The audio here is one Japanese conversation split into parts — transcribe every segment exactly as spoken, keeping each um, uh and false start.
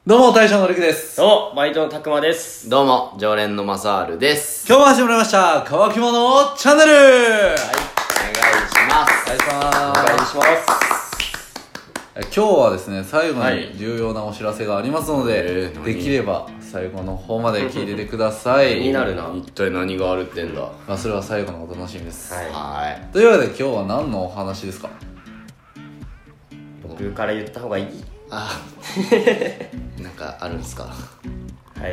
どうも大将のりくです。 どうもバイトのたくまです。 どうも常連のまさるです。 今日も始まりました乾き物チャンネル。はい、 お願いします。 お願いします。 お願いします。 今日はですね、最後に重要なお知らせがありますので、 はいえー、 できれば最後の方まで聞いててください。 気になるな。 一体何があるってんだ。 まあそれは最後のお楽しみです。 はい。 はい。 というわけで今日は何のお話ですか？ 僕から言った方がいい？ あなんかあるんですか？ はい、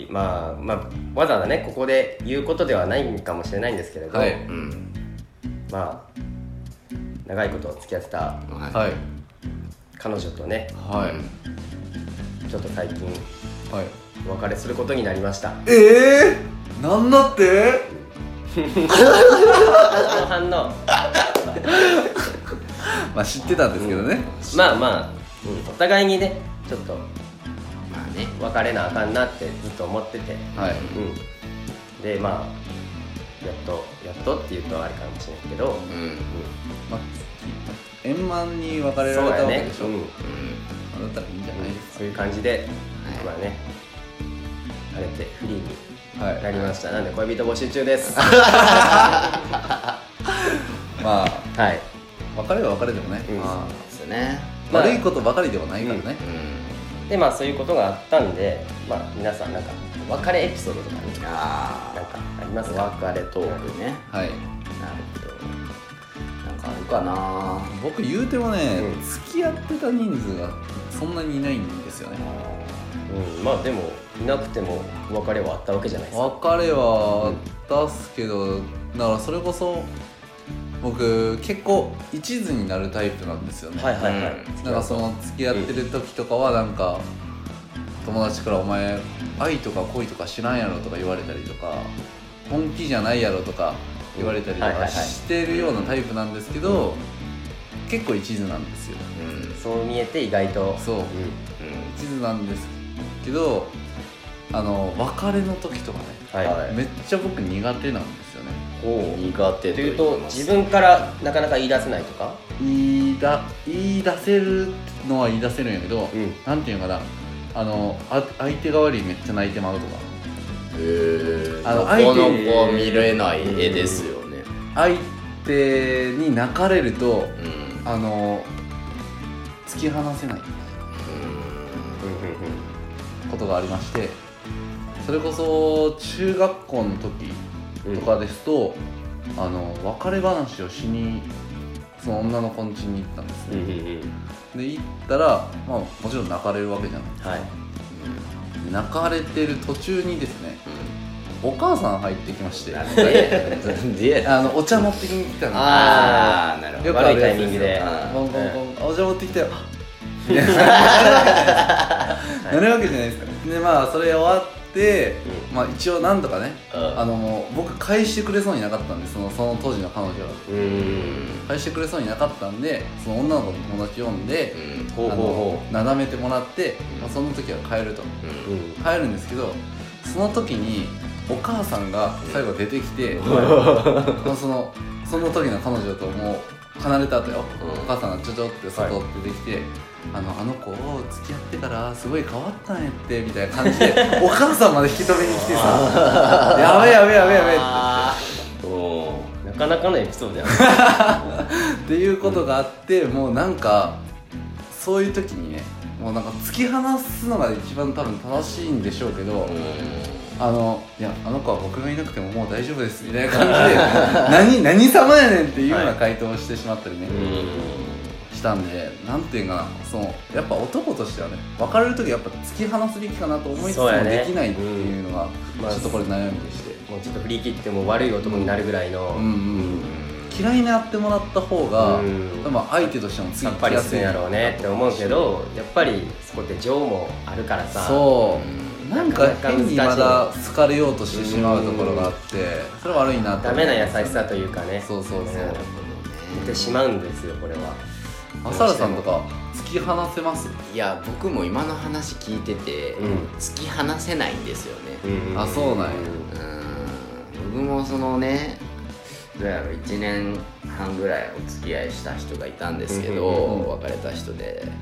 まあまあわざわざねここで言うことではないかもしれないんですけれど、 はい、 うん、 まあ長いこと付き合ってたはい、 彼女とね、 はい、 ちょっと最近はい、 お別れすることになりました。 えー、なんだって？ その反応まあ知ってたんですけどね、 うん、まあまあ、うん、お互いにねちょっとまあね別れなあかんなってずっと思ってて、 はい、 うん、でまあやっとやっとっていうとあれかもしれないけど、うんうんまあ、円満に別れられたわけでしょ。 そうやね、うん、 だったらいいんじゃないですか。 そういう感じで、 はい、 まあね晴れてフリーにはい、 なりました、はい、なんで恋人募集中ですまあはい別れは別れでもね、 うん、 まあですね、 まあ、悪いことばかりではないからね、 うん、 でまあそういうことがあったんで、まあ皆さんなんか別れエピソードとかねあなんかありますか？ 別れトークね、 はい。 なるほど。なんかあるかな。 僕言うてもね、 うん付き合ってた人数がそんなにいないんですよね。 うん、まあでもいなくても別れはあったわけじゃないですか。 別れは出すけど、だからそれこそ僕結構一途になるタイプなんですよね。 はいはいはい、 うんなんかその付き合ってる時とかはなんか友達からお前愛とか恋とか知らんやろとか言われたりとか本気じゃないやろとか言われたりとかしてるようなタイプなんですけど、結構一途なんですよ。 うん、 そう見えて意外とそう、 うん、 一途なんですけど、あの別れの時とかね、 はい、 はいめっちゃ僕苦手なんですよね。 お苦手というと言いますと自分からなかなか言い出せないとか、 言いだ言い出せるのは言い出せるんやけど、 うんなんていうのかな、あのあ相手が悪いめっちゃ泣いてまうとか、 へー、 あのなかなか相手見れない絵ですよね。 相手に泣かれると、 うん、 あの突き放せないうんことがありまして、それこそ中学校の時とかですと、あの別れ話をしにその女の子ん家に行ったんですね、 うんうんうん、 で行ったら、まあ、もちろん泣かれるわけじゃないですか、 はい、 で泣かれてる途中にですね、お母さん入ってきまして、 なんであのお茶持ってきに来たんです。 あーなるほど。 よくあるやつ悪いタイミングでコンコンコン、お茶持ってきたよなるわけじゃないですか。でまあそれ終わって、うん、まあ一応なんとかね、 うん、 あのもう僕返してくれそうになかったんで、そのその当時の彼女がうん返してくれそうになかったんで、その女の子の友達呼んで、 うん、 ほうほうほうなだめてもらって、まあ、その時は帰ると、 うん、 帰るんですけど、その時にお母さんが最後出てきて、うん、そのその時の彼女ともう離れた後よ、うん、お母さんがちょちょって外出てきて、はい、あのあの子付き合ってからすごい変わったんやってみたいな感じでお母さんまで引き止めに来てさやべやべやべやべっておなかなかのエピソードやなっていうことがあって、もうなんかそういう時にね、もうなんか突き放すのが一番多分正しいんでしょうけど、あのいやあの子は僕がいなくてももう大丈夫ですみたいな感じで何何様やねんっていうような回答をしてしまったりね、はい、したんで、なんていうかな、そのやっぱ男としてはね、別れる時はやっぱ突き放すべきかなと思いつつもできないっていうのが、ね、うん、ちょっとこれ悩みでして、 もうちょっと振り切っても悪い男になるぐらいの、 うんうんうん、嫌いになってもらった方が、うん、多分相手としてもさっぱりするんやろうねって思うけど、やっぱりそこって情もあるからさ、 そう、うん、なんか変にまだ好かれようとしてしまうところがあって、それは悪いなってダメな優しさというかね、 そうそうそう、ね、 出てしまうんですよこれは。 浅田さんとか突き放せます？ いや僕も今の話聞いてて、うん、突き放せないんですよね、 うん、あ、そうなんや、 うん、僕もそのね、どうやろういちねんはんぐらいお付き合いした人がいたんですけど、うん、別れた人で、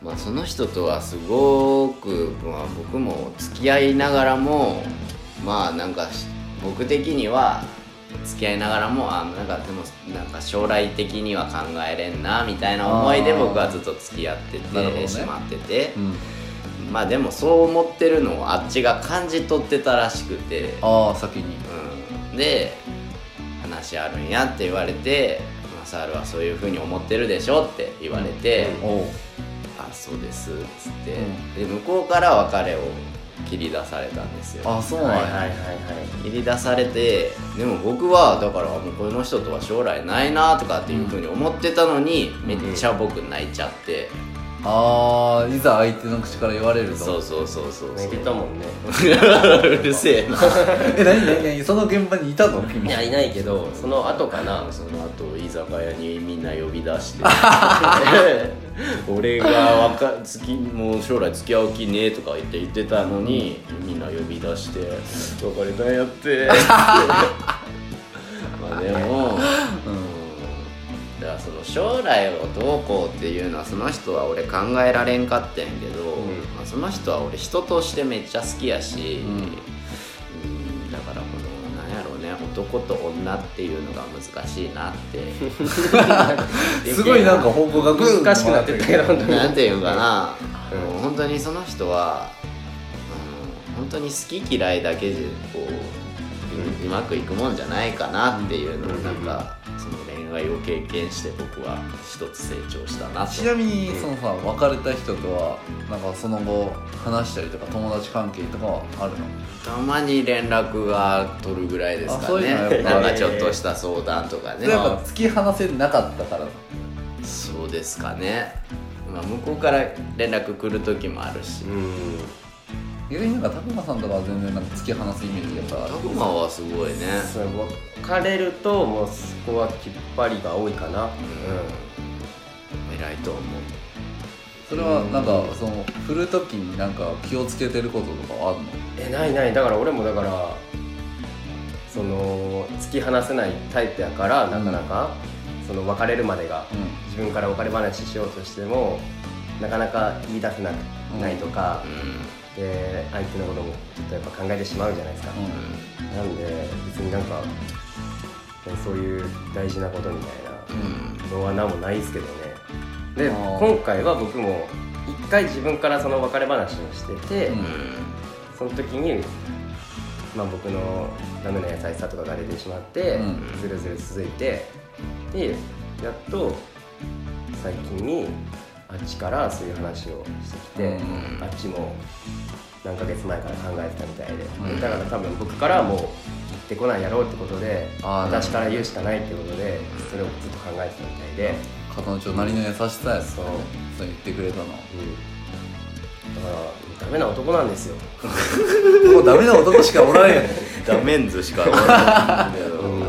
まあ、その人とはすごく、まあ、僕も付き合いながらもまあなんか僕的には付き合いながらもあなんかでもなんか将来的には考えれんなみたいな思いで僕はずっと付き合ってて、ね、しまってて、うん、まあでもそう思ってるのをあっちが感じ取ってたらしくてああ先に、 うん、で話あるんやって言われてマサールはそういう風に思ってるでしょって言われて、うん、あそうですっつって、うん、で向こうから別れを切り出されたんですよ。 あそうなんや、はいはいはいはい、 切り出されてでも僕はだからもうこの人とは将来ないなとかっていう風に思ってたのに、うん、めっちゃ僕泣いちゃって、 うん、ああいざ相手の口から言われるとそうそうそうそう泣けたもんねうるせえなえ何何何その現場にいたの君？ いやいないけどその後かなその後居酒屋にみんな呼び出して俺がわかつきもう将来付き合う気ねえとか言って言ってたのに、うん、みんな呼び出して別れたんやってまあでも、うん、だからその将来をどうこうっていうのはその人は俺考えられんかったんやけど、うんまあ、その人は俺人としてめっちゃ好きやし、うんうん、だからこのなんやろうね男と女っていうのが難しいなってすごいなんか方向が難しくなってたけど本当になんていうかな、うん、本当にその人は、うん、本当に好き嫌いだけでこう、うん、うまくいくもんじゃないかなっていうのをなんかその恋愛を経験して僕は一つ成長したなと。 ちなみにそのさ別れた人とはなんかその後話したりとか友達関係とかはあるの？ たまに連絡が取るぐらいですかね。 そういうのなんかちょっとした相談とかね。 やっぱ突き放せなかったから。 そうですかね。まあ向こうから連絡来る時もあるし。うん逆になんか拓磨さんとかは全然なんか突き放すイメージやっぱ拓磨はすごいね。 それ別れるともうそこはきっぱりが多いかな。うん、うん、 偉いと思う。 それはなんかその振る時になんか気をつけてることとかはあるの？ えないないだから俺もだからその突き放せないタイプやからなかなか、うん、その別れるまでが、うん、自分から別れ話しようとしてもなかなか言い出せなくないとか、うん、で相手のこともちょっとやっぱ考えてしまうじゃないですか、うん、なんで別になんかそういう大事なことみたいなのは何もないですけどね。で今回は僕も一回自分からその別れ話をしてて、うん、その時に、まあ、僕のダメな優しさとかが出てしまって、うん、ずるずる続いてでやっと最近にあっちからそういう話をしてきて、うん、あっちも何ヶ月前から考えてたみたいで、うん、だから多分僕からはもう言ってこないやろうってことで私から言うしかないってことでそれをずっと考えてたみたいで彼女なりの優しさやそうそう言ってくれたの、うん、だからダメな男なんですよもうダメな男しかおらんやんダメンズしかおらんけど、 うん、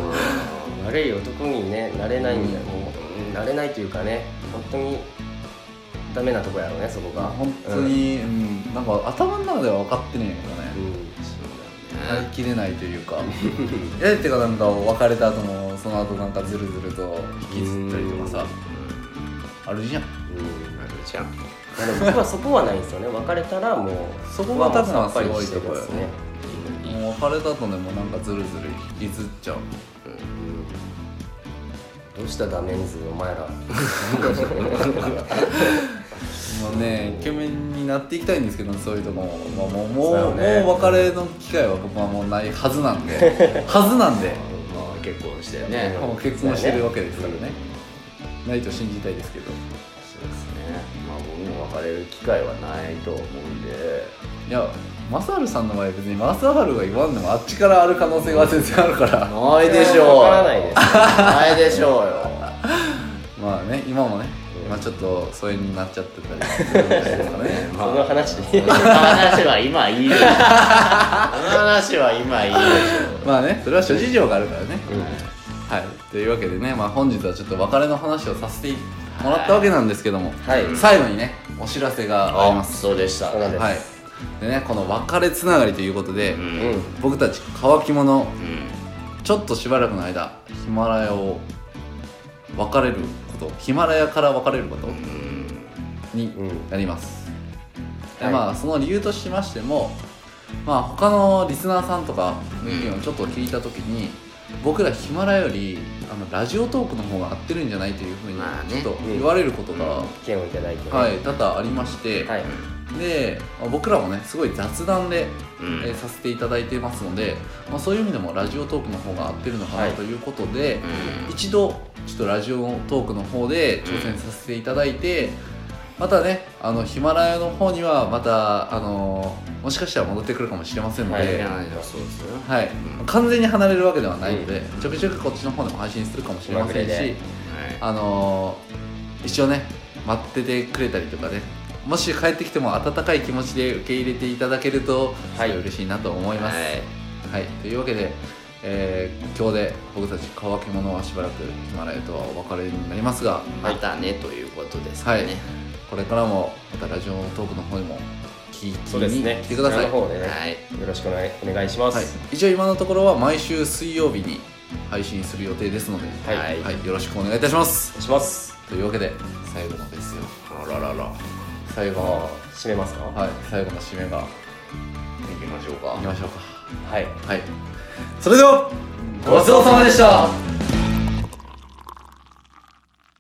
悪い男にねなれないんだよ、うん、もうなれないというかね本当にダメなとこやろうねそこが本当に、うんうん、なんか頭の中では分かってねえからね、うん、耐えきれないというかいやってかなんか別れた後もその後なんかずるずると引きずったりとかさあるじゃん、うん、 あるじゃん僕はそこはないんですよね別れたらもうそこが多分さっぱりしてるですねもう別れた後でもなんかずるずる引きずっちゃう、 うん、どうしたダメンズお前らもうねイケメンになっていきたいんですけどそういうとこも、まあ、もうもう、ね、もう別れの機会は僕はもうないはずなんではずなんで、 まあ、結婚してねもう結婚してるわけですからね、うん、ないと信じたいですけどそうですねまあ僕も別れる機会はないと思うんでいやマサールさんの場合別にマサールが言わんでもあっちからある可能性が全然あるからないでしょうわからないですないでしょうよまあね今もねまあちょっと疎遠になっちゃってたりするみたいですかねその話その話は今いいでしょその話は今いいでしょまあねそれは諸事情があるからね、うん、はいというわけでね、まあ、本日はちょっと別れの話をさせてもらったわけなんですけども、はい、最後にねお知らせがあります。 そうでしたそうなんです、 はいでね、この別れつながりということで、うん、僕たち乾き物、うん、ちょっとしばらくの間ヒマラヤを別れることヒマラヤから別れること、うん、 になります、 うん、 でまあその理由としましても、まあ他のリスナーさんとかの意見をちょっと聞いたときに、僕らヒマラよりあのラジオトークの方が合ってるんじゃないというふうにちょっと言われることが、 意見をいただいて、ね、 はい、多々ありまして、はい、で僕らもねすごい雑談で、うんえー、させていただいていますので、まあ、そういう意味でもラジオトークの方が合ってるのかなということで、はいうん、一度ちょっとラジオトークの方で挑戦させていただいて、またねあのヒマラヤの方にはまたあのもしかしたら戻ってくるかもしれませんので、はいそうですよはいうん、完全に離れるわけではないので、うん、ちょくちょくこっちの方でも配信するかもしれませんし、はい、あの一応ね待っててくれたりとかね、もし帰ってきても温かい気持ちで受け入れていただけるとすごい嬉しいなと思います、はいはい、というわけで、えー、今日で僕たち乾き物はしばらくヒマラヤとはお別れになりますが、 またねということですかね、はい、 これからもまたラジオトークの方にも聞きに来てください。 そうですね、そちらの方でね、はい、よろしくお願いします、はい、 一応今のところは毎週水曜日に配信する予定ですので、 はい、 はい、よろしくお願いいたします。 お願いします。 というわけで最後のですよ。 あららら最後の締めますか。 はい、最後の締めがいきましょうか。 いきましょうか。 はい、 はい、それではごちそうさまでした。